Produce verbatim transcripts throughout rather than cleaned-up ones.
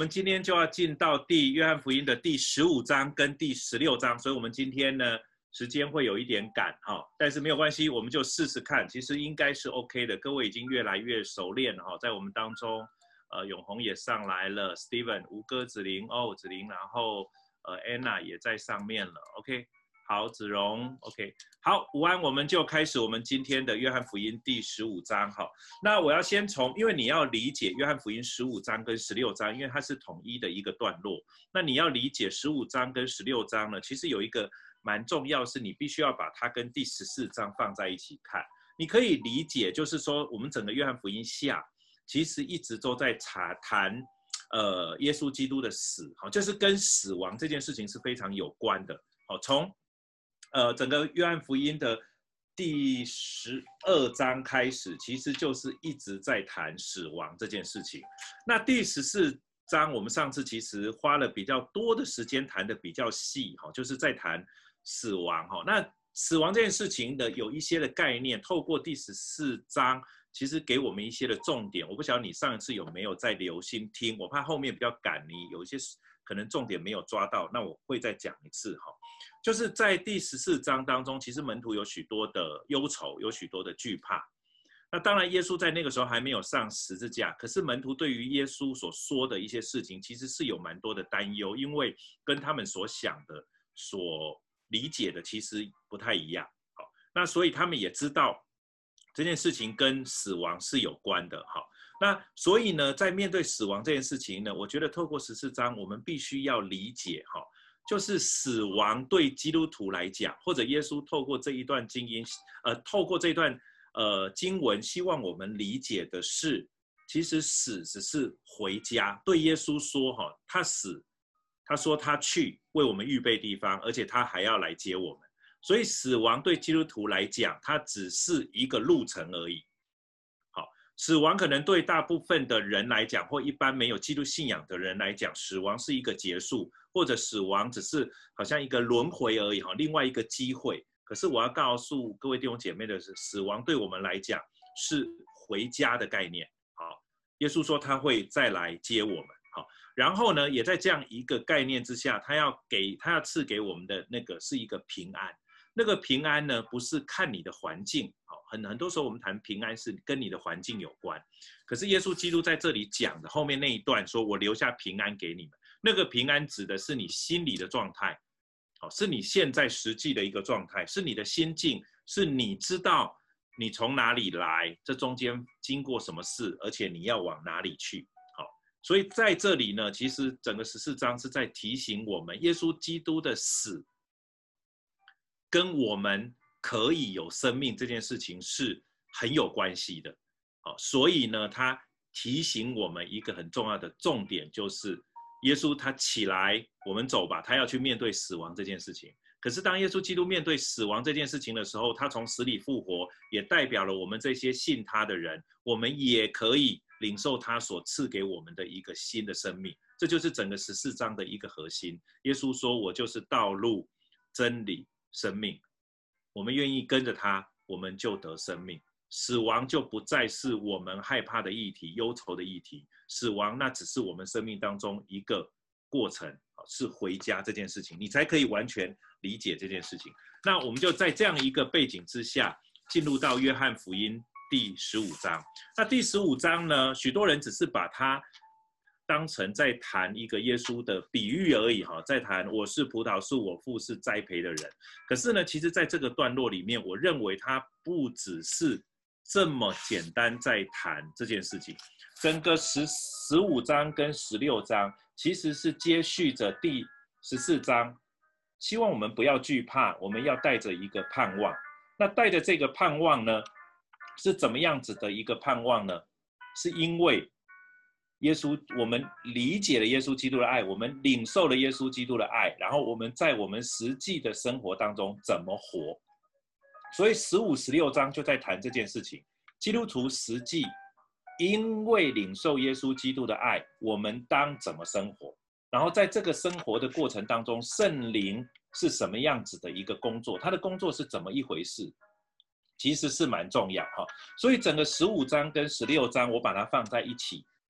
们今天就要进到第约翰福音的第十五章跟第十六章，所以我们今天呢时间会有一点赶哈，但是没有关系，我们就试试看，其实应该是 OK 的。各位已经越来越熟练哈，在我们当中，呃，永红也上来了 ，Steven、吴哥、子玲哦，子玲，然后呃 Anna 也在上面了 ，OK。好，子荣 ，OK， 好，午安，我们就开始我们今天的约翰福音第十五章哈。那我要先从，因为你要理解约翰福音十五章跟十六章，因为它是统一的一个段落。那你要理解十五章跟十六章呢，其实有一个蛮重要，是你必须要把它跟第十四章放在一起看。你可以理解，就是说我们整个约翰福音下，其实一直都在谈谈呃耶稣基督的死，好，就是跟死亡这件事情是非常有关的。好，从呃，整个约翰福音的第十二章开始，其实就是一直在谈死亡这件事情。那第十四章，我们上次其实花了比较多的时间谈的比较细，哈，就是在谈死亡，哈。那死亡这件事情的有一些的概念，透过第十四章，其实给我们一些的重点。我不晓得你上一次有没有在留心听，我怕后面比较赶，你有一些可能重点没有抓到，那我会再讲一次，哈。就是在第十四章当中，其实门徒有许多的忧愁，有许多的惧怕。那当然，耶稣在那个时候还没有上十字架，可是门徒对于耶稣所说的一些事情，其实是有蛮多的担忧，因为跟他们所想的、所理解的其实不太一样。好，那所以他们也知道这件事情跟死亡是有关的。好，那所以呢，在面对死亡这件事情呢，我觉得透过十四章，我们必须要理解哈。就是死亡对基督徒来讲，或者耶稣透过这一段经音，呃，透过这一段呃经文，希望我们理解的是，其实死只是回家。对耶稣说，哈，他死，他说他去为我们预备地方，而且他还要来接我们。所以死亡对基督徒来讲，它只是一个路程而已。好，死亡可能对大部分的人来讲，或一般没有基督信仰的人来讲，死亡是一个结束。或者死亡只是好像一个轮回而已，另外一个机会。可是我要告诉各位弟兄姐妹的是，死亡对我们来讲是回家的概念。好，耶稣说他会再来接我们。好，然后呢，也在这样一个概念之下，他要给他要赐给我们的那个是一个平安。那个平安呢，不是看你的环境。好，很很多时候我们谈平安是跟你的环境有关。可是耶稣基督在这里讲的后面那一段说，我留下平安给你们。那个平安指的是你心理的状态，好，是你现在实际的一个状态，是你的心境，是你知道你从哪里来，这中间经过什么事，而且你要往哪里去。好，所以在这里呢，其实整个十四章是在提醒我们，耶稣基督的死跟我们可以有生命这件事情是很有关系的。好，所以呢，他提醒我们一个很重要的重点，就是耶稣他起来，我们走吧，他要去面对死亡这件事情。可是当耶稣基督面对死亡这件事情的时候，他从死里复活，也代表了我们这些信他的人，我们也可以领受他所赐给我们的一个新的生命。这就是整个十四章的一个核心。耶稣说，我就是道路、真理、生命。我们愿意跟着他，我们就得生命。死亡就不再是我们害怕的议题、忧愁的议题。死亡那只是我们生命当中一个过程，是回家这件事情，你才可以完全理解这件事情。那我们就在这样一个背景之下，进入到约翰福音第十五章。那第十五章呢，许多人只是把它当成在谈一个耶稣的比喻而已，在谈我是葡萄树，我父是栽培的人。可是呢，其实在这个段落里面，我认为它不只是这么简单在谈这件事情。整个十十五章跟十六章其实是接续着第十四章，希望我们不要惧怕，我们要带着一个盼望。那带着这个盼望呢，是怎么样子的一个盼望呢？是因为耶稣，我们理解了耶稣基督的爱，我们领受了耶稣基督的爱，然后我们在我们实际的生活当中怎么活。所以十五、十六章就在谈这件事情。基督徒实际因为领受耶稣基督的爱，我们当怎么生活？然后在这个生活的过程当中，圣灵是什么样子的一个工作？他的工作是怎么一回事？其实是蛮重要哈。所以整个十五章跟十六章，我把它放在一起，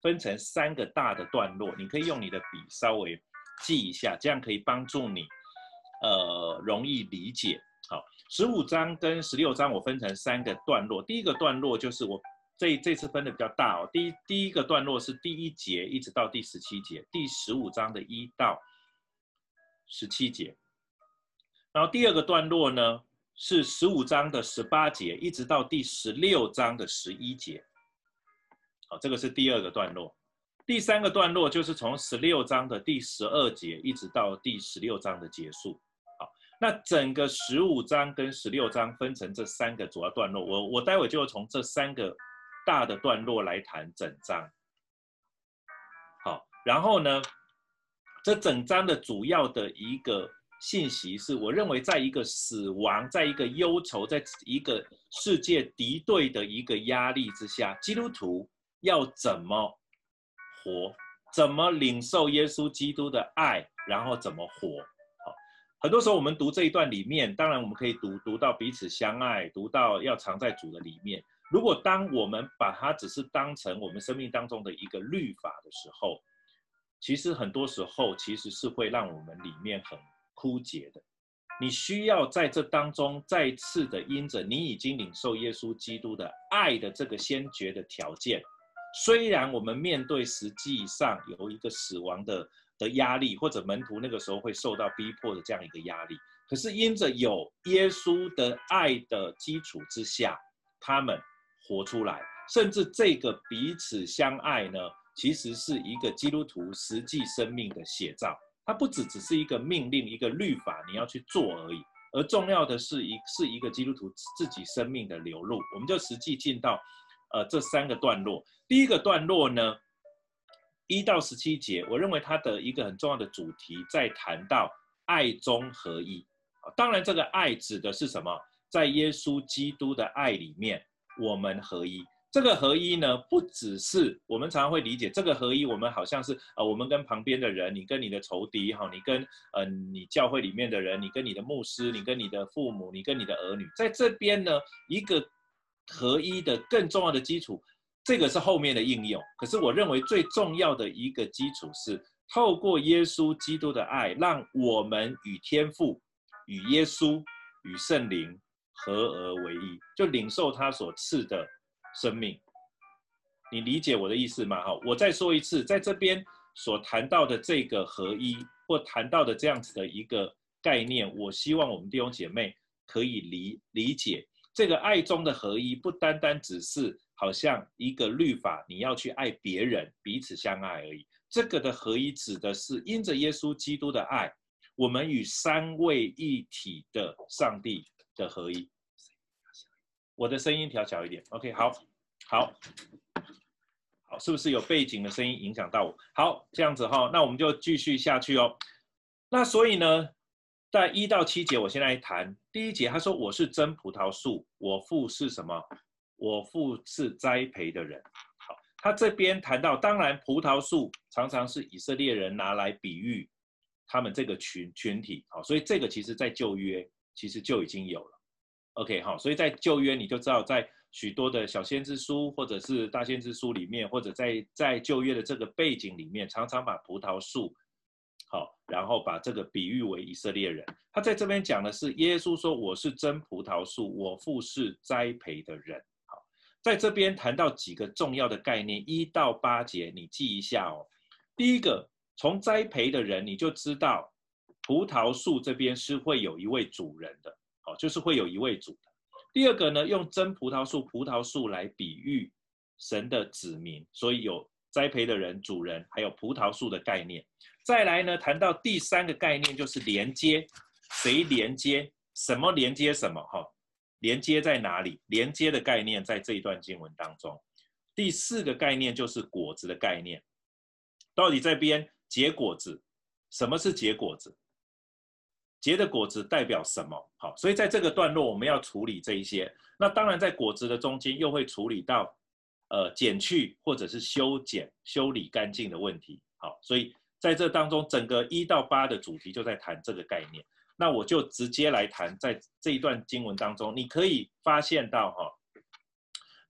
分成三个大的段落，你可以用你的笔稍微记一下，这样可以帮助你呃容易理解。好，十五章跟十六章我分成三个段落，第一个段落就是我这这次分的比较大哦，第一第一个段落是第一节一直到第十七节，第十五章的一到十七节，然后第二个段落呢是十五章的十八节一直到第十六章的十一节。好，这个是第二个段落。第三个段落就是从十六章的第十二节一直到第十六章的结束。好，那整个十五章跟十六章分成这三个主要段落，我我待会就从这三个大的段落来谈整章。好，然后呢，这整章的主要的一个信息是，我认为在一个死亡，在一个忧愁，在一个世界敌对的一个压力之下，基督徒要怎么活，怎么领受耶稣基督的爱，然后怎么活。好，很多时候我们读这一段里面，当然我们可以读读到彼此相爱，读到要常在主的里面。如果当我们把它只是当成我们生命当中的一个律法的时候，其实很多时候其实是会让我们里面很枯竭的。你需要在这当中再次的因着你已经领受耶稣基督的爱的这个先决的条件，虽然我们面对实际上有一个死亡的的压力，或者门徒那个时候会受到逼迫的这样一个压力，可是因着有耶稣的爱的基础之下，他们活出来，甚至这个彼此相爱呢，其实是一个基督徒实际生命的写照。它不只只是一个命令，一个律法你要去做而已，而重要的是一是一个基督徒自己生命的流露。我们就实际进到呃这三个段落。第一个段落呢，一到十七节，我认为它的一个很重要的主题在谈到爱中合一。当然，这个爱指的是什么？在耶稣基督的爱里面，我们合一。这个合一呢，不只是我们常常会理解这个合一，我们好像是呃，我们跟旁边的人，你跟你的仇敌哈，你跟呃你教会里面的人，你跟你的牧师，你跟你的父母，你跟你的儿女，在这边呢，一个合一的更重要的基础，这个是后面的应用。可是我认为最重要的一个基础是，透过耶稣基督的爱，让我们与天父、与耶稣、与圣灵合而为一，就领受他所赐的生命。你理解我的意思吗？我再说一次，在这边所谈到的这个合一，或谈到的这样子的一个概念，我希望我们弟兄姐妹可以理理解，这个爱中的合一，不单单只是好像一个律法，你要去爱别人，彼此相爱而已。这个的合一指的是因着耶稣基督的爱，我们与三位一体的上帝的合一。我的声音调小一点 ，OK， 好，好，好，是不是有背景的声音影响到我？好，这样子哈，那我们就继续下去哦。那所以呢，在一到七节，我先来谈第一节。他说：“我是真葡萄树，我父是什么？我父是栽培的人。”好，他这边谈到，当然葡萄树常常是以色列人拿来比喻他们这个群群体。好，所以这个其实在旧约其实就已经有了。OK， 好，所以在旧约你就知道，在许多的小先知书或者是大先知书里面，或者在在旧约的这个背景里面，常常把葡萄树，好，然后把这个比喻为以色列人。他在这边讲的是，耶稣说：“我是真葡萄树，我父是栽培的人。”好，在这边谈到几个重要的概念，一到八节你记一下哦。第一个，从栽培的人你就知道，葡萄树这边是会有一位主人的。哦，就是会有一位主的。第二个呢，用真葡萄树、葡萄树来比喻神的子民，所以有栽培的人、主人，还有葡萄树的概念。再来呢，谈到第三个概念就是连接，谁连接？什么连接什么？哈，连接在哪里？连接的概念在这一段经文当中。第四个概念就是果子的概念，到底这边结果子，什么是结果子？结的果子代表什么？好，所以在这个段落我们要处理这一些。那当然在果子的中间又会处理到呃剪去或者是修剪、修理干净的问题。好，所以在这当中整个一到八的主题就在谈这个概念。那我就直接来谈，在这一段经文当中，你可以发现到哈，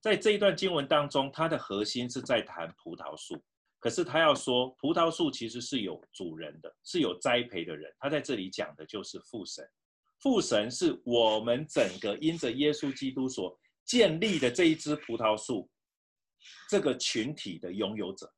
在这一段经文当中，它的核心是在谈葡萄树，可是他要说葡萄树其实是有主人的，是有栽培的人。他在这里讲的就是父神，父神是我们整个因着耶稣基督所建立的这一枝葡萄树，这个群体的拥有者。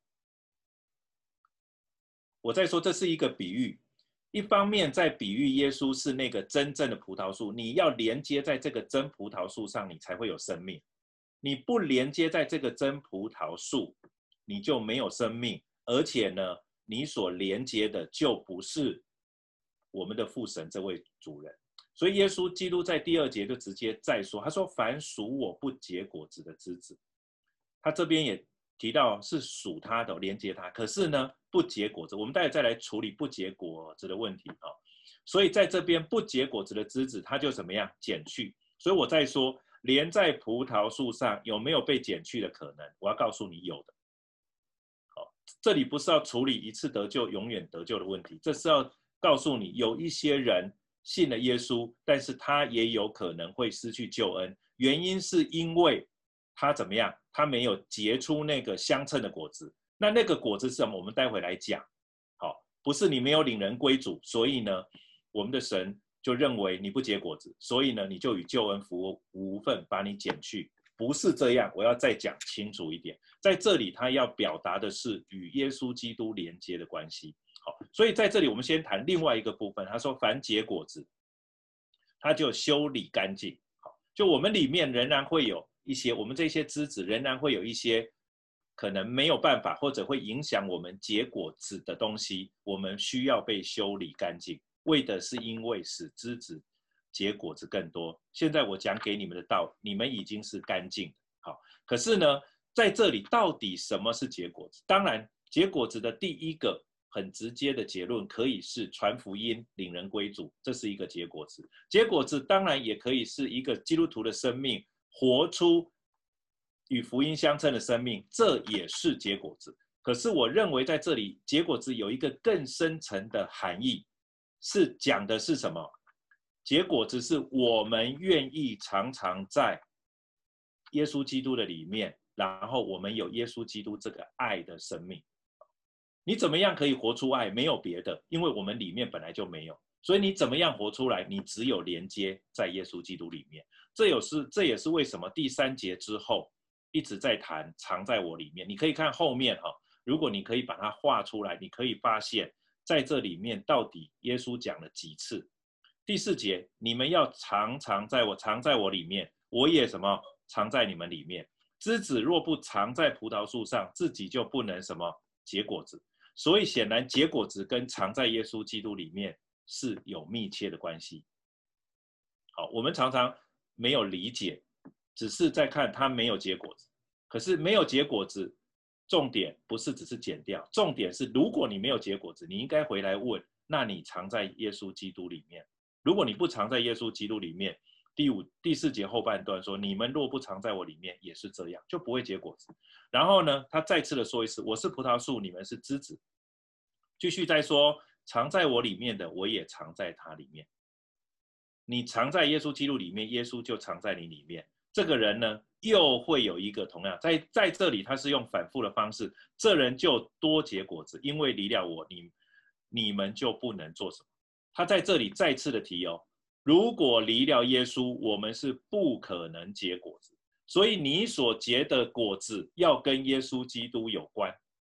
我在说这是一个比喻，一方面在比喻耶稣是那个真正的葡萄树，你要连接在这个真葡萄树上，你才会有生命。你不连接在这个真葡萄树，你就没有生命，而且呢，你所连接的就不是我们的父神这位主人。所以耶稣基督在第二节就直接再说，他说：“凡属我不结果子的枝子。”他这边也提到是属他的，连接他，可是呢不结果子。我们待会再来处理不结果子的问题啊。所以在这边不结果子的枝子，它就怎么样剪去。所以我在说，连在葡萄树上有没有被剪去的可能？我要告诉你，有的。好，这里不是要处理一次得救永远得救的问题，这是要告诉你，有一些人信了耶稣，但是他也有可能会失去救恩，原因是因为他怎么样？他没有结出那个相称的果子。那那个果子是什么？我们待会来讲。好，不是你没有领人归主，所以呢，我们的神就认为你不结果子，所以呢，你就与救恩无无份，把你剪去。不是这样，我要再讲清楚一点。在这里，他要表达的是与耶稣基督连接的关系。好，所以在这里，我们先谈另外一个部分。他说，凡结果子，他就修理干净。好，就我们里面仍然会有一些，我们这些枝子仍然会有一些可能没有办法，或者会影响我们结果子的东西，我们需要被修理干净，为的是因为使枝子结果子更多。现在我讲给你们的道，你们已经是干净的。好，可是呢，在这里到底什么是结果子？当然，结果子的第一个很直接的结论可以是传福音、领人归主，这是一个结果子。结果子当然也可以是一个基督徒的生命活出与福音相称的生命，这也是结果子。可是我认为在这里结果子有一个更深层的含义，是讲的是什么？结果子是我们愿意常常在耶稣基督的里面，然后我们有耶稣基督这个爱的生命。你怎么样可以活出爱？没有别的，因为我们里面本来就没有，所以你怎么样活出来？你只有连接在耶稣基督里面。这有是这也是为什么第三节之后一直在谈藏在我里面。你可以看后面哈，如果你可以把它画出来，你可以发现在这里面到底耶稣讲了几次。第四节，你们要常常在我，常在我里面，我也什么藏在你们里面。枝子若不藏在葡萄树上，自己就不能什么结果子。所以显然结果子跟藏在耶稣基督里面是有密切的关系。好，我们常常没有理解，只是在看它没有结果子。可是没有结果子，重点不是只是剪掉，重点是如果你没有结果子，你应该回来问，那你藏在耶稣基督里面。如果你不藏在耶稣基督里面，第五、第四节后半段说，你们若不藏在我里面，也是这样，就不会结果子。然后呢，他再次的说一次，我是葡萄树，你们是枝子。继续再说，藏在我里面的，我也藏在他里面。你藏在耶稣基督里面，耶稣就藏在你里面。这个人呢，又会有一个同样在在这里，他是用反复的方式，这人就多结果子，因为离了我，你你们就不能做什么。他在这里再次的提哦，如果离了耶稣，我们是不可能结果子。所以你所结的果子要跟耶稣基督有关，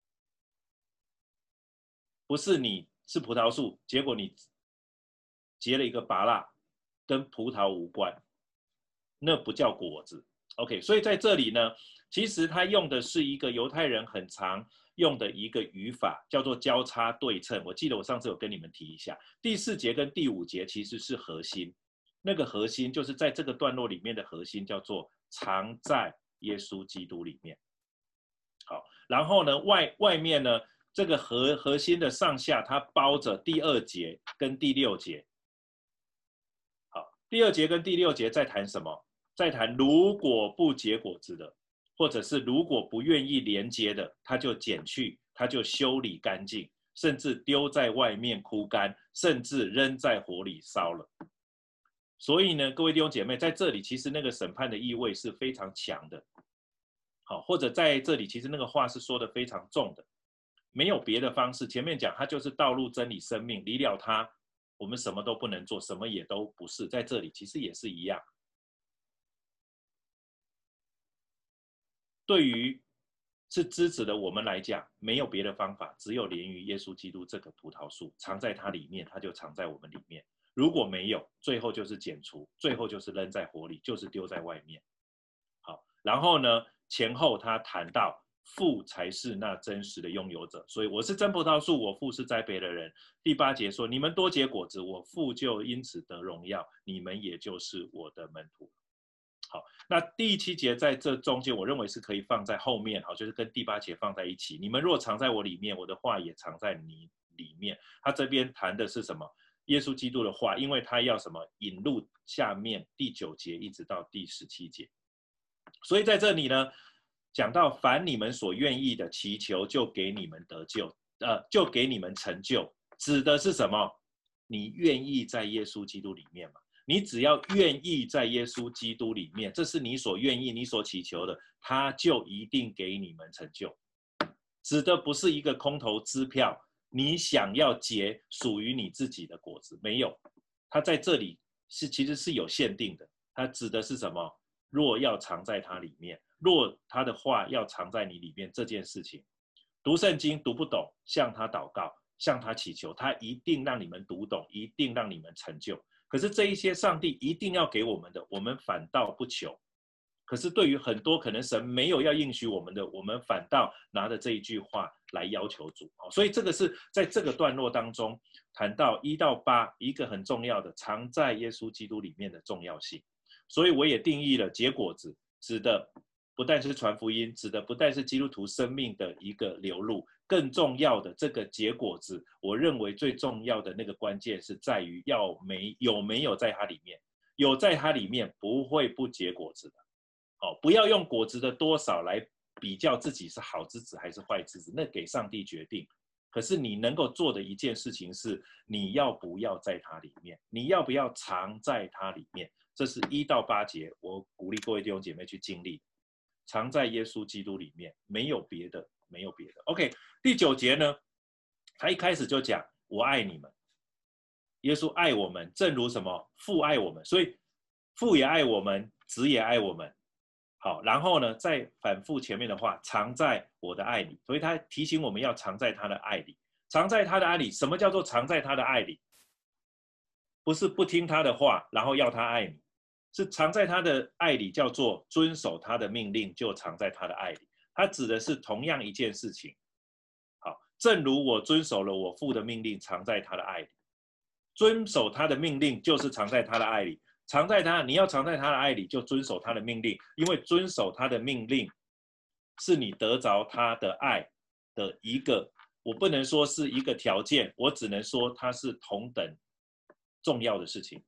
不是你是葡萄树，结果你结了一个芭乐，跟葡萄无关，那不叫果子。OK， 所以在这里呢，其实他用的是一个犹太人很常用的一个语法，叫做交叉对称。我记得我上次有跟你们提一下，第四节跟第五节其实是核心，那个核心就是在这个段落里面的核心叫做藏在耶稣基督里面。好，然后呢，外外面呢，这个核核心的上下，它包着第二节跟第六节。好，第二节跟第六节在谈什么？在谈如果不结果子的，或者是如果不愿意连接的，他就剪去，他就修理干净，甚至丢在外面枯干，甚至扔在火里烧了。所以呢，各位弟兄姐妹，在这里其实那个审判的意味是非常强的。 好，或者在这里其实那个话是说的非常重的，没有别的方式。前面讲它就是道路、真理、生命，离了它，我们什么都不能做，什么也都不是。在这里其实也是一样。对于是枝子的我们来讲，没有别的方法，只有连于耶稣基督这棵葡萄树，藏在它里面，它就藏在我们里面。如果没有，最后就是剪除，最后就是扔在火里，就是丢在外面。好，然后呢，前后他谈到父才是那真实的拥有者，所以我是真葡萄树，我父是栽培的人。第八节说，你们多结果子，我父就因此得荣耀，你们也就是我的门徒。好，那第七节在这中间，我认为是可以放在后面，好，就是跟第八节放在一起。你们若藏在我里面，我的话也藏在你里面。他这边谈的是什么？耶稣基督的话，因为他要什么引入下面第九节一直到第十七节。所以在这里呢，讲到凡你们所愿意的祈求，就给你们得救，呃，就给你们成就，指的是什么？你愿意在耶稣基督里面嘛？你只要愿意在耶稣基督里面，这是你所愿意、你所祈求的，他就一定给你们成就。指的不是一个空头支票，你想要结属于你自己的果子，没有。他在这里是其实是有限定的，他指的是什么？若要藏在他里面，若他的话要藏在你里面，这件事情，读圣经读不懂，向他祷告，向他祈求，他一定让你们读懂，一定让你们成就。可是这一些上帝一定要给我们的，我们反倒不求。可是对于很多可能神没有要应许我们的，我们反倒拿着这一句话来要求主。所以这个是在这个段落当中谈到一到八一个很重要的藏在耶稣基督里面的重要性。所以我也定义了结果子，指的不但是传福音，指的不但是基督徒生命的一个流露，更重要的这个结果子，我认为最重要的那个关键是在于要没有没有在它里面，有在它里面不会不结果子的。哦，不要用果子的多少来比较自己是好枝子还是坏枝子，那给上帝决定。可是你能够做的一件事情是，你要不要在它里面，你要不要藏在它里面。这是一到八节，我鼓励各位弟兄姐妹去经历，藏在耶稣基督里面，没有别的，没有别的。OK， 第九节呢，他一开始就讲我爱你们，耶稣爱我们，正如什么父爱我们，所以父也爱我们，子也爱我们。好，然后呢，再反复前面的话，藏在我的爱里，所以他提醒我们要藏在他的爱里，藏在他的爱里。什么叫做藏在他的爱里？不是不听他的话，然后要他爱你。是藏在他的爱里，叫做遵守他的命令，就藏在他的爱里。他指的是同样一件事情。好，正如我遵守了我父的命令，藏在他的爱里。遵守他的命令就是藏在他的爱里，藏在他，你要藏在他的爱里，就遵守他的命令，因为遵守他的命令是你得着他的爱的一个，我不能说是一个条件，我只能说它是同等重要的事情。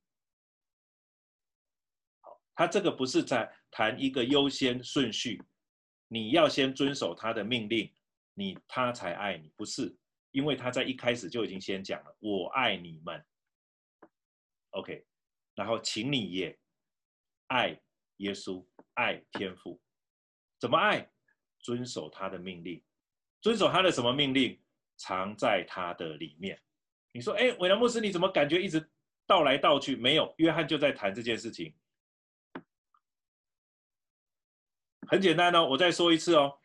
他这个不是在谈一个优先顺序，你要先遵守他的命令，你他才爱你，不是，因为他在一开始就已经先讲了，我爱你们 ，OK， 然后请你也爱耶稣，爱天父，怎么爱？遵守他的命令，遵守他的什么命令？藏在他的里面。你说，哎，韦南牧师，你怎么感觉一直倒来倒去？没有，约翰就在谈这件事情。很简单哦，我再说一次哦。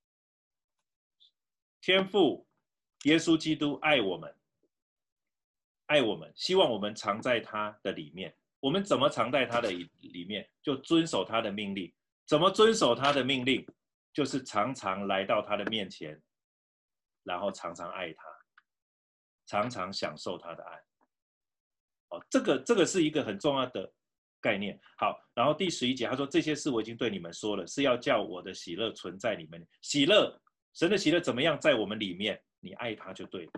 天父耶稣基督爱我们，爱我们，希望我们藏在他的里面。我们怎么藏在他的里面？就遵守他的命令。怎么遵守他的命令？就是常常来到他的面前，然后常常爱他，常常享受他的爱。哦，这个这个是一个很重要的概念。好，然后第十一节他说，这些事我已经对你们说了，是要叫我的喜乐存在你们。喜乐，神的喜乐怎么样在我们里面？你爱他就对了。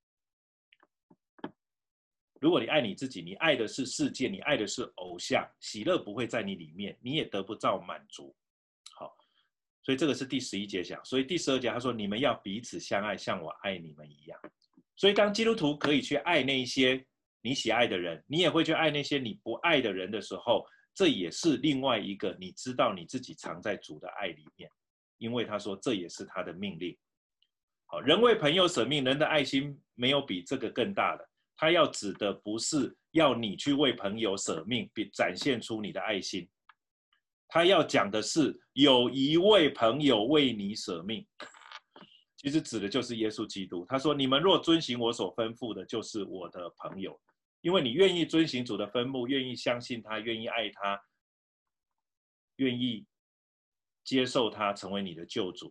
如果你爱你自己，你爱的是世界，你爱的是偶像，喜乐不会在你里面，你也得不到满足。好，所以这个是第十一节讲。所以第十二节他说，你们要彼此相爱，像我爱你们一样。所以当基督徒可以去爱那一些你喜爱的人，你也会去爱那些你不爱的人的时候，这也是另外一个你知道你自己藏在主的爱里面。 因为他说这也是他的命令。好，人为朋友舍命，人的爱心没有比这个更大的。他要指的不是要你去为朋友舍命，并展现出你的爱心。他要讲的是有一位朋友为你舍命，其实指的就是耶稣基督。他说：“你们若遵行我所吩咐的，就是我的朋友，因为你愿意遵行主的吩咐，愿意相信他，愿意爱他，愿意接受他成为你的救主。”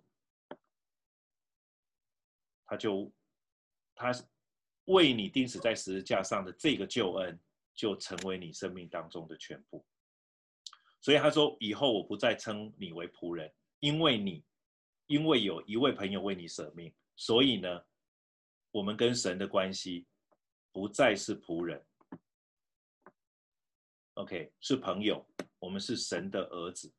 他就他为你钉死在十字架上的这个救恩，就成为你生命当中的全部。所以他说：“以后我不再称你为仆人，因为你因为有一位朋友为你舍命，所以呢，我们跟神的关系不再是仆人 ，OK， 是朋友，我们是神的儿子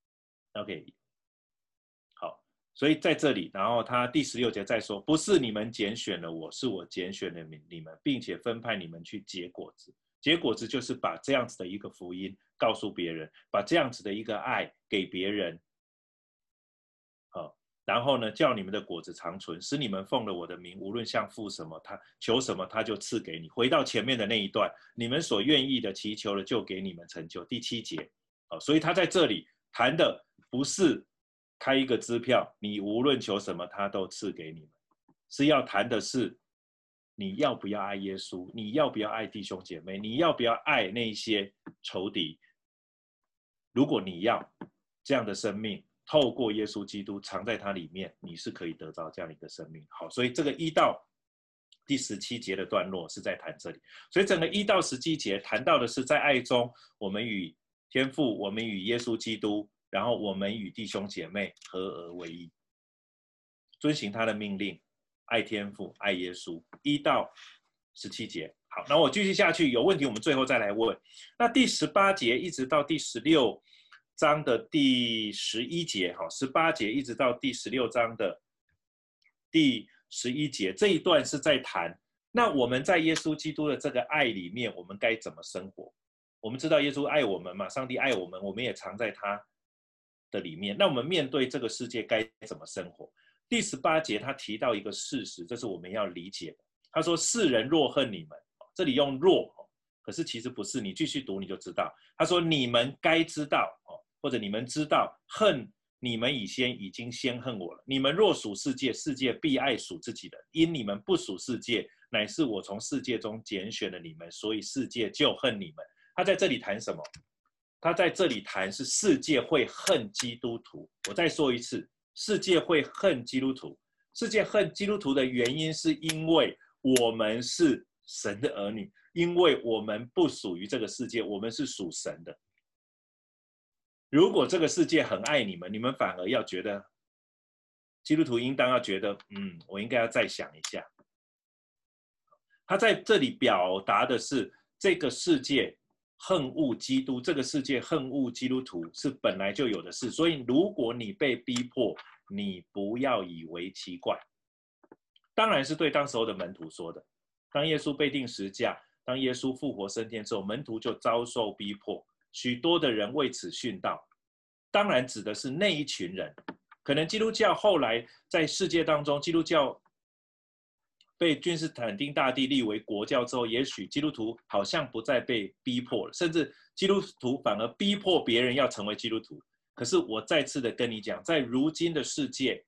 ，OK。”所以在这里，然后他第十六节再说，不是你们拣选了我，是我拣选了你们，并且分派你们去结果子。结果子就是把这样子的一个福音告诉别人，把这样子的一个爱给别人，好，然后呢，叫你们的果子长存，使你们奉了我的名，无论向父什么，他求什么，他就赐给你。回到前面的那一段，你们所愿意的祈求了，就给你们成就。第七节，好，所以他在这里谈的不是开一个支票，你无论求什么，他都赐给你们，是要谈的是你要不要爱耶稣，你要不要爱弟兄姐妹，你要不要爱那些仇敌。如果你要这样的生命，透过耶稣基督藏在他里面，你是可以得到这样一个生命。好，所以这个一到第十七节的段落是在谈这里，所以整个一到十七节谈到的是在爱中，我们与天父，我们与耶稣基督，然后我们与弟兄姐妹合而为一，遵行他的命令，爱天父，爱耶稣。一到十七节，好，那我继续下去，有问题我们最后再来问。那第十八节一直到第十六章的第十一节，好，十八节一直到第十六章的第十一节，这一段是在谈，那我们在耶稣基督的这个爱里面，我们该怎么生活？我们知道耶稣爱我们嘛，上帝爱我们，我们也藏在他的里面。那我们面对这个世界该怎么生活？第十八节他提到一个事实，这是我们要理解的。他说：“世人若恨你们，这里用若，可是其实不是，你继续读你就知道。他说：你们该知道，或者你们知道，恨你们以先已经先恨我了。你们若属世界，世界必爱属自己的；因你们不属世界，乃是我从世界中拣选了你们，所以世界就恨你们。”他在这里谈什么？他在这里谈是世界会恨基督徒。我再说一次，世界会恨基督徒。世界恨基督徒的原因是因为我们是神的儿女，因为我们不属于这个世界，我们是属神的。如果这个世界很爱你们，你们反而要觉得，基督徒应当要觉得，嗯，我应该要再想一下。他在这里表达的是这个世界恨恶基督，这个世界恨恶基督徒是本来就有的事。所以如果你被逼迫，你不要以为奇怪。当然是对当时候的门徒说的。当耶稣被钉十字架，当耶稣复活升天之后，门徒就遭受逼迫，许多的人为此殉道。当然指的是那一群人。可能基督教后来在世界当中，基督教被君士坦丁大帝立为国教之后，也许基督徒好像不再被逼迫了，甚至基督徒反而逼迫别人要成为基督徒。可是我再次的跟你讲，在如今的世界，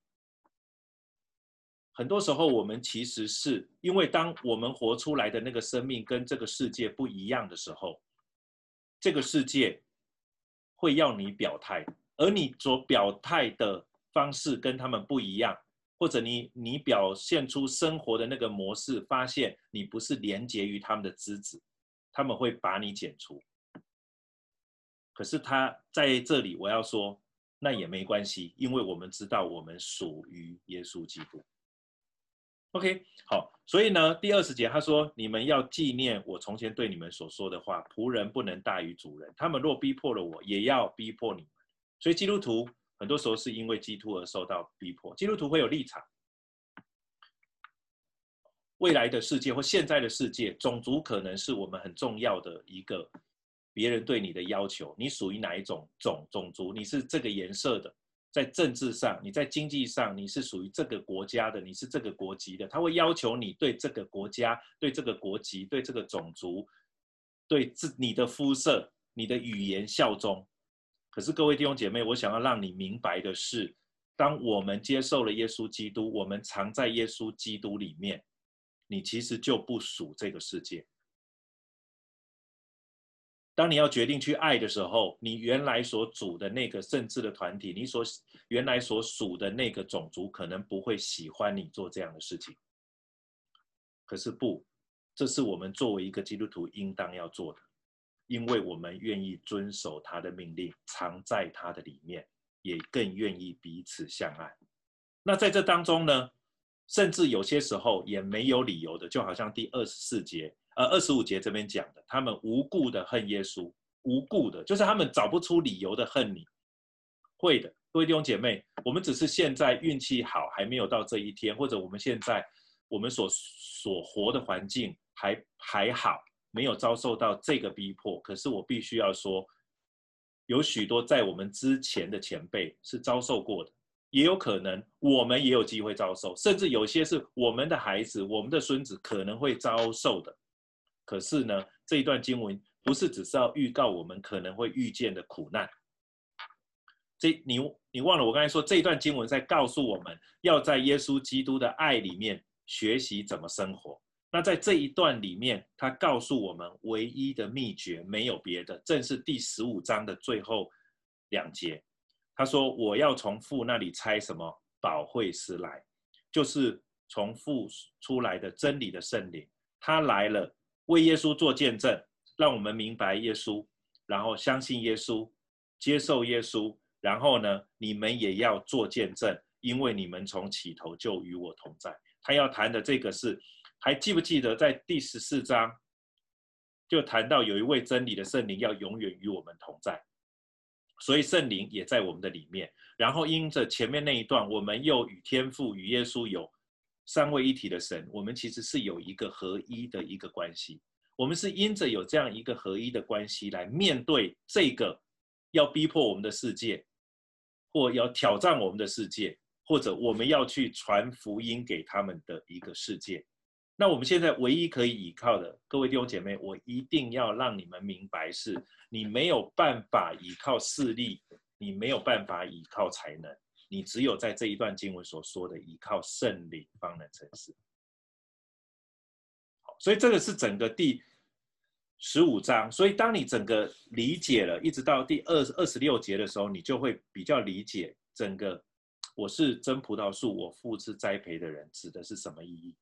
很多时候我们其实是因为当我们活出来的那个生命跟这个世界不一样的时候，这个世界会要你表态，而你所表态的方式跟他们不一样，或者你你表现出生活的那个模式，发现你不是连结于他们的枝子，他们会把你剪除。可是他在这里我要说，那也没关系，因为我们知道我们属于耶稣基督。OK， 好，所以呢，第二十节他说：“你们要纪念我从前对你们所说的话，仆人不能大于主人。他们若逼迫了我，也要逼迫你们。”所以基督徒很多时候是因为基督而受到逼迫。基督徒会有立场。未来的世界或现在的世界，种族可能是我们很重要的一个别人对你的要求。你属于哪一种种种族？你是这个颜色的， 在政治上，你在经济上，你是属于这个国家的，你是这个国籍的，他会要求你对这个国家、对这个国籍、对这个种族、对你的肤色、你的语言效忠。可是各位弟兄姐妹，我想要让你明白的是，当我们接受了耶稣基督，我们藏在耶稣基督里面，你其实就不属这个世界。当你要决定去爱的时候，你原来所属的那个政治的团体，你所原来所属的那个种族，可能不会喜欢你做这样的事情。可是不，这是我们作为一个基督徒应当要做的，因为我们愿意遵守他的命令，藏在他的里面，也更愿意彼此相爱。那在这当中呢，甚至有些时候也没有理由的，就好像第二十四节。呃，二十五节这边讲的，他们无故的恨耶稣，无故的，就是他们找不出理由的恨你。会的，各位弟兄姐妹，我们只是现在运气好，还没有到这一天，或者我们现在我们所所活的环境还还好，没有遭受到这个逼迫。可是我必须要说，有许多在我们之前的前辈是遭受过的，也有可能我们也有机会遭受，甚至有些是我们的孩子、我们的孙子可能会遭受的。可是呢，这一段经文不是只是要预告我们可能会遇见的苦难。这你你忘了我刚才说，这一段经文在告诉我们，要在耶稣基督的爱里面学习怎么生活。那在这一段里面，他告诉我们唯一的秘诀没有别的，正是第十五章的最后两节。他说：“我要从父那里差什么保惠师来，就是从父出来的真理的圣灵，他来了。”为耶稣做见证，让我们明白耶稣，然后相信耶稣，接受耶稣，然后呢，你们也要做见证，因为你们从起头就与我同在。他要谈的这个是，还记不记得在第十四章就谈到有一位真理的圣灵要永远与我们同在，所以圣灵也在我们的里面。然后因着前面那一段，我们又与天父与耶稣有三位一体的神，我们其实是有一个合一的一个关系。我们是因着有这样一个合一的关系来面对这个要逼迫我们的世界，或要挑战我们的世界，或者我们要去传福音给他们的一个世界。那我们现在唯一可以依靠的，各位弟兄姐妹，我一定要让你们明白是，你没有办法依靠势力，你没有办法依靠才能，你只有在这一段经文所说的依靠圣灵方能成事。好，所以这个是整个第十五章。所以当你整个理解了，一直到第二十六节的时候，你就会比较理解整个我是真葡萄树，我父是栽培的人指的是什么意义。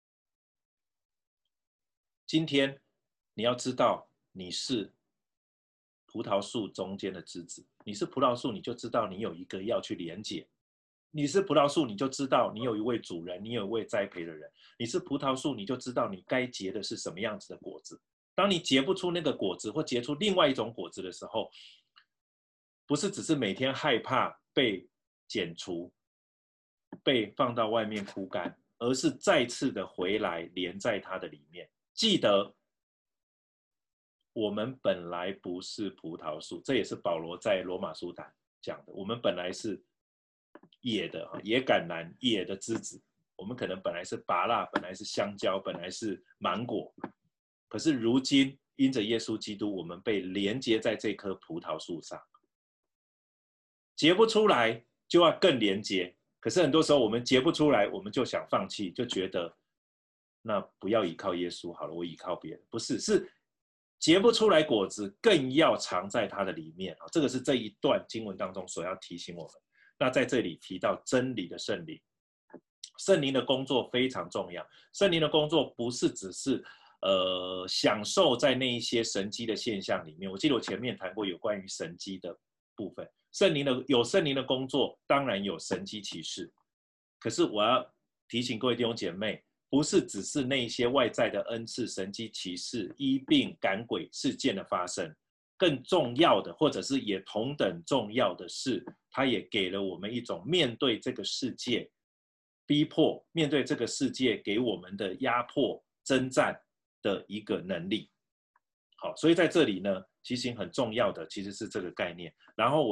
今天你要知道你是葡萄树中间的枝子，你是葡萄树，你就知道你有一个要去连结；你是葡萄树，你就知道你有一位主人，你有一位栽培的人；你是葡萄树，你就知道你该结的是什么样子的果子。当你结不出那个果子，或结出另外一种果子的时候，不是只是每天害怕被剪除，被放到外面枯干，而是再次的回来连在它的里面。记得我们本来不是葡萄树，这也是保罗在罗马书讲的。我们本来是野的野橄榄、野的枝子，我们可能本来是芭乐，本来是香蕉，本来是芒果。可是如今因着耶稣基督，我们被连接在这棵葡萄树上，结不出来就要更连接。可是很多时候我们结不出来，我们就想放弃，就觉得那不要依靠耶稣好了，我依靠别人。不是，是结不出来果子，更要藏在它的里面。这个是这一段经文当中所要提醒我们。那在这里提到真理的圣灵，圣灵的工作非常重要。圣灵的工作不是只是呃享受在那一些神迹的现象里面。我记得我前面谈过有关于神迹的部分，圣灵的有圣灵的工作，当然有神迹奇事。可是我要提醒各位弟兄姐妹，不是只是那些外在的恩赐、神迹奇事、医病赶鬼事件的发生，更重要的，或者是也同等重要的是，它也给了我们一种面对这个世界逼迫、面对这个世界给我们的压迫、征战的一个能力。好，所以在这里呢，其实很重要的其实是这个概念。然后我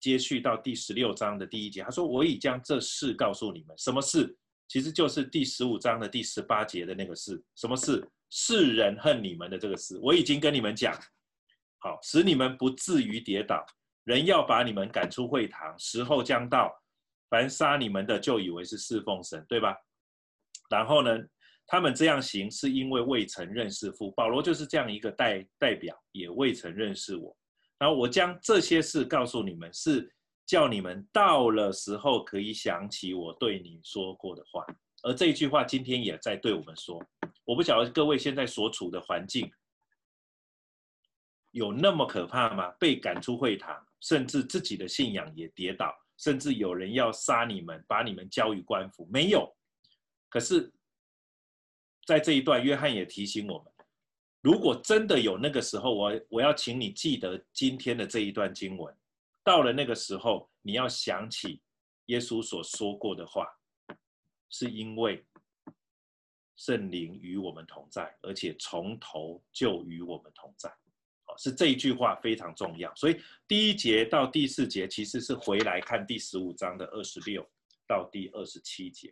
接续到第十六章的第一节，他说：“我已将这事告诉你们。”什么事？其实就是第十五章的第十八节的那个事。什么事？世人恨你们的这个事，我已经跟你们讲，好，使你们不至于跌倒。人要把你们赶出会堂，时候将到，凡杀你们的就以为是侍奉神，对吧？然后呢，他们这样行是因为未曾认识父。保罗就是这样一个 代, 代表，也未曾认识我。然后我将这些事告诉你们，是叫你们到了时候可以想起我对你说过的话。而这一句话今天也在对我们说。我不晓得各位现在所处的环境有那么可怕吗？被赶出会堂，甚至自己的信仰也跌倒，甚至有人要杀你们，把你们交于官府。没有。可是在这一段，约翰也提醒我们，如果真的有那个时候，我我要请你记得今天的这一段经文。到了那个时候，你要想起耶稣所说过的话，是因为圣灵与我们同在，而且从头就与我们同在。是这一句话非常重要。所以第一节到第四节其实是回来看第十五章的二十六到第二十七节。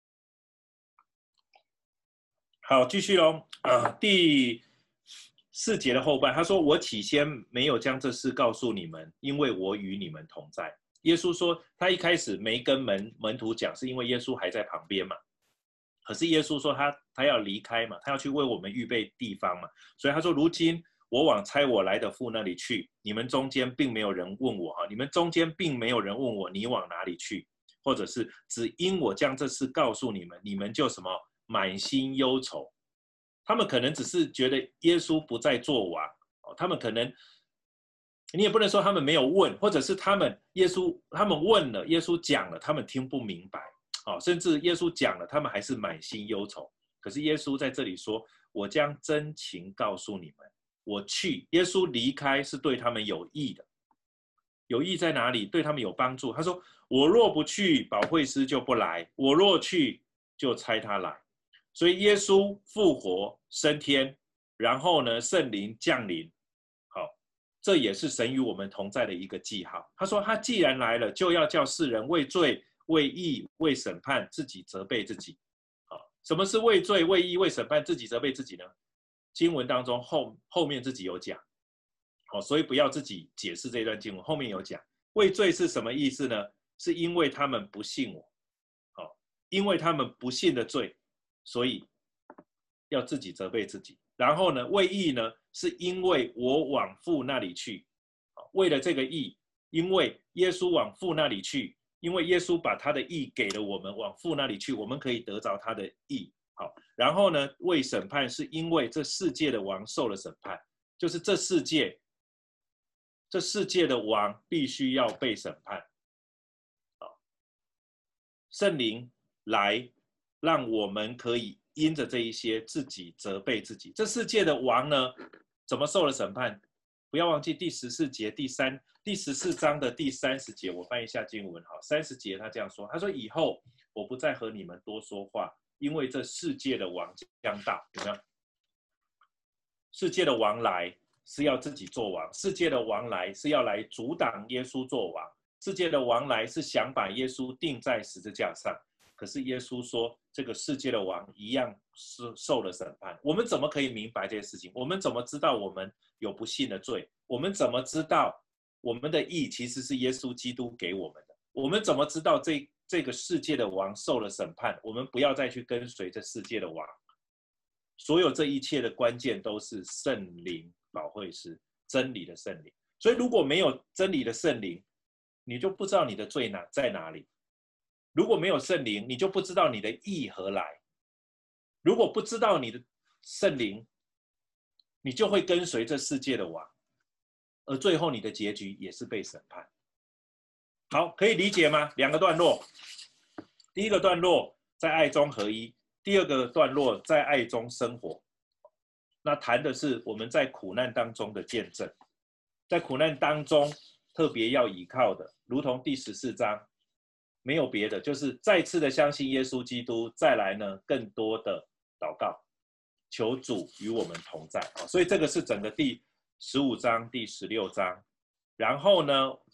好，继续咯、呃、第四节的后半，他说：“我起先没有将这事告诉你们，因为我与你们同在。”耶稣说他一开始没跟 门, 门徒讲，是因为耶稣还在旁边嘛。可是耶稣说 他, 他要离开嘛，他要去为我们预备地方嘛。所以他说：“如今我往差我来的父那里去，你们中间并没有人问我，你们中间并没有人问我你往哪里去，或者是只因我将这事告诉你们，你们就什么满心忧愁。”他们可能只是觉得耶稣不再做王，他们可能你也不能说他们没有问，或者是他们耶稣他们问了，耶稣讲了，他们听不明白，甚至耶稣讲了，他们还是满心忧愁。可是耶稣在这里说：“我将真情告诉你们。”我去，耶稣离开是对他们有益的。有益在哪里？对他们有帮助。他说：“我若不去，保惠师就不来；我若去，就差他来。”所以耶稣复活升天，然后呢，圣灵降临。好，这也是神与我们同在的一个记号。他说：“他既然来了，就要叫世人为罪、为义、为审判，自己责备自己。”好，什么是为罪、为义、为审判，自己责备自己呢？经文当中 后, 后面自己有讲，哦，所以不要自己解释这段经文，后面有讲。为罪是什么意思呢？是因为他们不信我，哦，因为他们不信的罪，所以要自己责备自己。然后呢，为义呢，是因为我往父那里去，为了这个义，因为耶稣往父那里去，因为耶稣把他的义给了我们，往父那里去，我们可以得着他的义。好，然后呢，为审判是因为这世界的王受了审判，就是这世界，这世界的王必须要被审判。好，圣灵来，让我们可以因着这一些自己责备自己。这世界的王呢，怎么受了审判？不要忘记第十四节第三第十四章的第三十节，我翻一下经文。好，三十节他这样说，他说：“以后我不再和你们多说话。”因为这世界的王将到，有没有？世界的王来是要自己做王，世界的王来是要来阻挡耶稣做王，世界的王来是想把耶稣钉在十字架上。可是耶稣说，这个世界的王一样是受了审判。我们怎么可以明白这些事情？我们怎么知道我们有不信的罪？我们怎么知道我们的义其实是耶稣基督给我们的？我们怎么知道这这个世界的王受了审判？我们不要再去跟随这世界的王。所有这一切的关键都是圣灵保惠师，真理的圣灵。所以如果没有真理的圣灵，你就不知道你的罪哪在哪里。如果没有圣灵，你就不知道你的义何来。如果不知道你的圣灵，你就会跟随这世界的王，而最后你的结局也是被审判。好，可以理解吗？两个段落，第一个段落在爱中合一，第二个段落在爱中生活。那谈的是我们在苦难当中的见证，在苦难当中特别要依靠的，如同第十四章，没有别的，就是再次的相信耶稣基督，再来呢更多的祷告，求主与我们同在。所以这个是整个第十五章、第十六章。然后呢，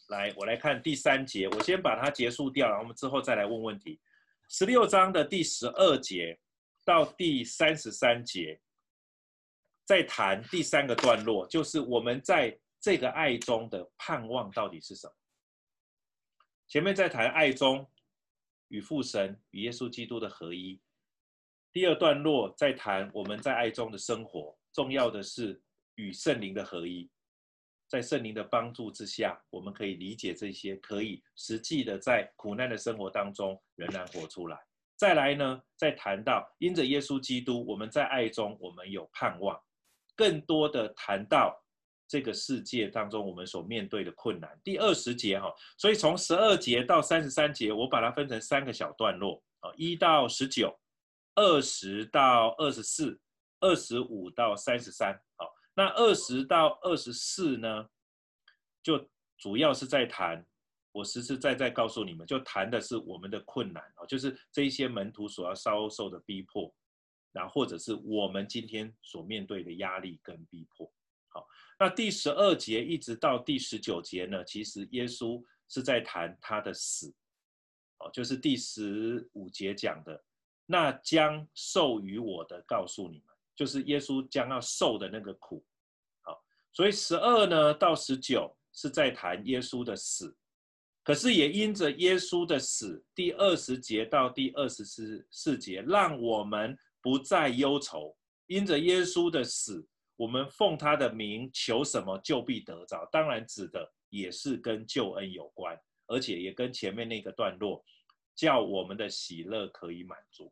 来，我来看第三节，我先把它结束掉，然后我们之后再来问问题。十六章的第十二节到第三十三节，在谈第三个段落，就是我们在这个爱中的盼望到底是什么？前面在谈爱中与父神与耶稣基督的合一，第二段落在谈我们在爱中的生活，重要的是与圣灵的合一。在圣灵的帮助之下，我们可以理解这些，可以实际的在苦难的生活当中仍然活出来。再来呢，再谈到因着耶稣基督，我们在爱中我们有盼望，更多的谈到这个世界当中我们所面对的困难。第二十节哈，所以从十二节到三十三节，我把它分成三个小段落啊，一到十九，二十到二十四，二十五到三十三。好，那二十到二十四呢，就主要是在谈，我实实在在告诉你们，就谈的是我们的困难啊，就是这一些门徒所要遭受的逼迫，然后或者是我们今天所面对的压力跟逼迫。好，那第十二节一直到第十九节呢，其实耶稣是在谈他的死，哦，就是第十五节讲的，那将受于我的告诉你们，就是耶稣将要受的那个苦。好，所以十二呢到十九是在谈耶稣的死，可是也因着耶稣的死，第二十节到第二十四节，让我们不再忧愁。因着耶稣的死，我们奉他的名求什么就必得着，当然指的也是跟救恩有关，而且也跟前面那个段落，叫我们的喜乐可以满足。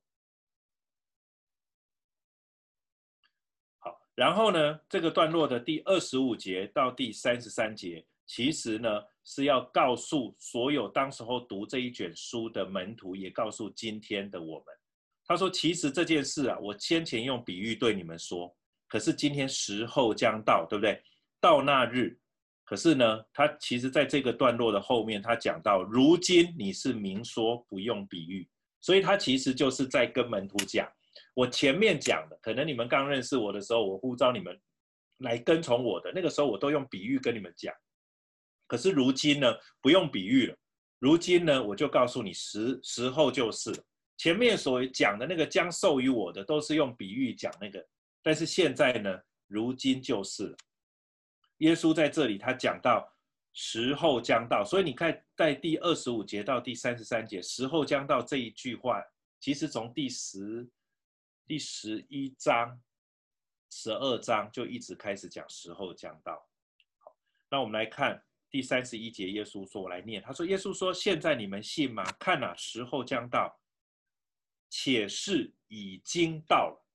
好，然后呢，这个段落的第二十五节到第三十三节，其实呢是要告诉所有当时候读这一卷书的门徒，也告诉今天的我们。他说，其实这件事啊，我先前用比喻对你们说，可是今天时候将到，对不对？到那日，可是呢，他其实在这个段落的后面，他讲到，如今你是明说，不用比喻，所以他其实就是在跟门徒讲，我前面讲的，可能你们刚认识我的时候，我呼召你们来跟从我的，那个时候我都用比喻跟你们讲，可是如今呢，不用比喻了，如今呢，我就告诉你时时候就是了。前面所讲的那个将授予我的，都是用比喻讲那个，但是现在呢，如今就是了。耶稣在这里他讲到时候将到，所以你看在第二十五节到第三十三节，时候将到这一句话，其实从第十、第十一章、十二章就一直开始讲时候将到。好，那我们来看第三十一节，耶稣说，我来念，他说：“耶稣说，现在你们信吗？看哪，时候将到。且是已经到了。”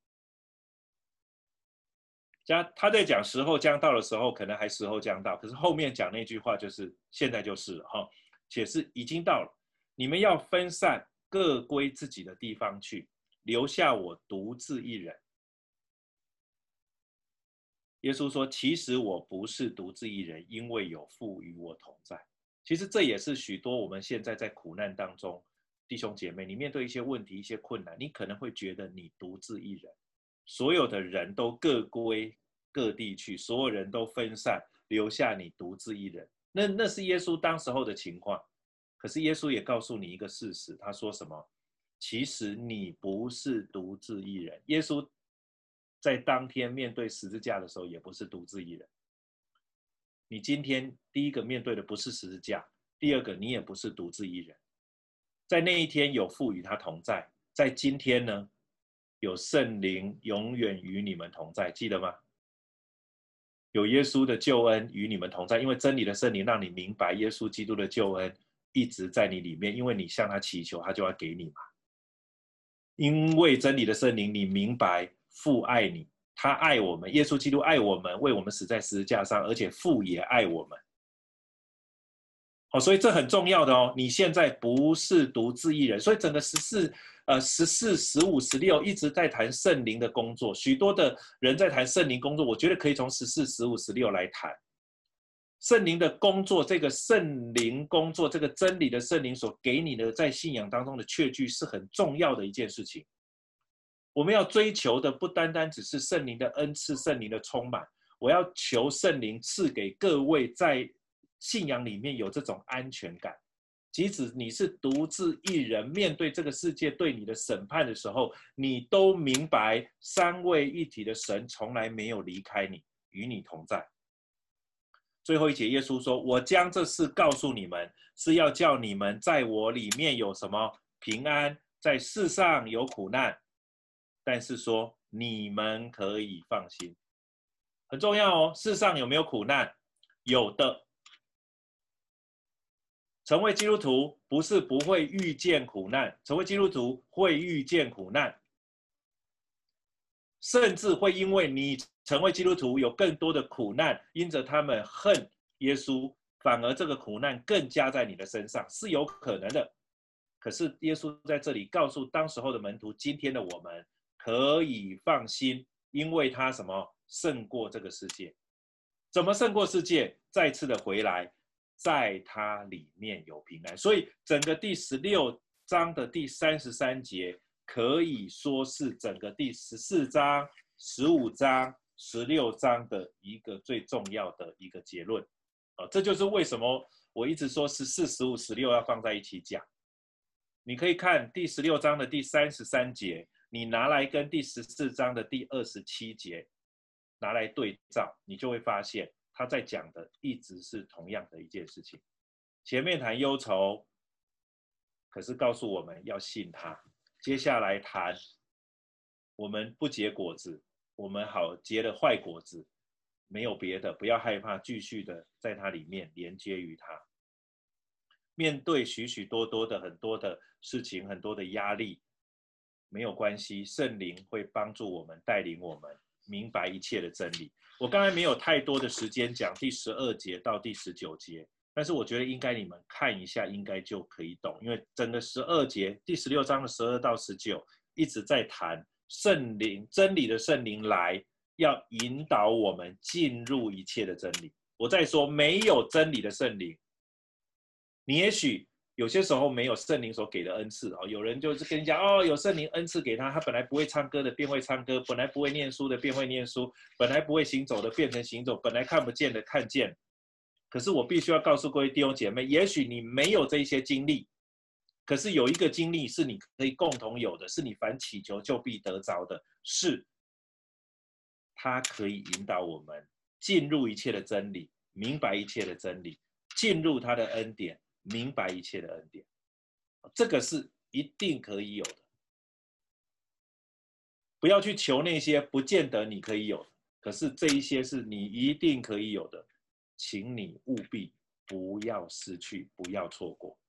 他在讲时候将到的时候，可能还时候将到，可是后面讲那句话就是现在就是了哈，且是已经到了。你们要分散，各归自己的地方去，留下我独自一人。耶稣说：“其实我不是独自一人，因为有父与我同在。”其实这也是许多我们现在在苦难当中。弟兄姐妹，你面对一些问题、一些困难，你可能会觉得你独自一人，所有的人都各归各地去，所有人都分散，留下你独自一人。那那是耶稣当时候的情况。可是耶稣也告诉你一个事实，他说什么？其实你不是独自一人。耶稣在当天面对十字架的时候，也不是独自一人。你今天第一个面对的不是十字架，第二个你也不是独自一人。在那一天有父与他同在，在今天呢，有圣灵永远与你们同在，记得吗？有耶稣的救恩与你们同在，因为真理的圣灵让你明白耶稣基督的救恩一直在你里面，因为你向他祈求，他就要给你嘛。因为真理的圣灵，你明白父爱你，他爱我们，耶稣基督爱我们，为我们死在十字架上，而且父也爱我们。哦，所以这很重要的哦。你现在不是独自一人，所以整个十四、呃十四、十五、十六一直在谈圣灵的工作。许多的人在谈圣灵工作，我觉得可以从十四、十五、十六来谈圣灵的工作。这个圣灵工作，这个真理的圣灵所给你的在信仰当中的确据，是很重要的一件事情。我们要追求的不单单只是圣灵的恩赐、圣灵的充满，我要求圣灵赐给各位在信仰里面有这种安全感。即使你是独自一人，面对这个世界对你的审判的时候，你都明白三位一体的神从来没有离开你，与你同在。最后一节，耶稣说：“我将这事告诉你们，是要叫你们在我里面有什么平安，在世上有苦难，但是说你们可以放心。”很重要哦，世上有没有苦难？有的。成为基督徒不是不会遇见苦难，成为基督徒会遇见苦难，甚至会因为你成为基督徒有更多的苦难，因着他们恨耶稣，反而这个苦难更加在你的身上，是有可能的。可是耶稣在这里告诉当时候的门徒，今天的我们可以放心，因为他什么胜过这个世界。怎么胜过世界？再次的回来，在他里面有平安。所以整个第十六章的第三十三节可以说是整个第十四章、十五章、十六章的一个最重要的一个结论。啊，这就是为什么我一直说十四、十五、十六要放在一起讲。你可以看第十六章的第三十三节，你拿来跟第十四章的第二十七节拿来对照，你就会发现他在讲的一直是同样的一件事情。前面谈忧愁，可是告诉我们要信他。接下来谈我们不结果子，我们好结了坏果子，没有别的，不要害怕，继续的在他里面连接于他。面对许许多多的很多的事情，很多的压力，没有关系，圣灵会帮助我们，带领我们明白一切的真理。我刚才没有太多的时间讲第十二节到第十九节，但是我觉得应该你们看一下，应该就可以懂，因为整个十二节，第十六章的十二到十九一直在谈圣灵，真理的圣灵来，要引导我们进入一切的真理。我再说，没有真理的圣灵，你也许有些时候没有圣灵所给的恩赐哦，有人就是跟你讲哦，有圣灵恩赐给他，他本来不会唱歌的变会唱歌，本来不会念书的变会念书，本来不会行走的变成行走，本来看不见的看见。可是我必须要告诉各位弟兄姐妹，也许你没有这一些经历，可是有一个经历是你可以共同有的，是你凡祈求就必得着的，是他可以引导我们进入一切的真理，明白一切的真理，进入他的恩典，明白一切的恩典。这个是一定可以有的。不要去求那些不见得你可以有的，可是这一些是你一定可以有的，请你务必不要失去，不要错过。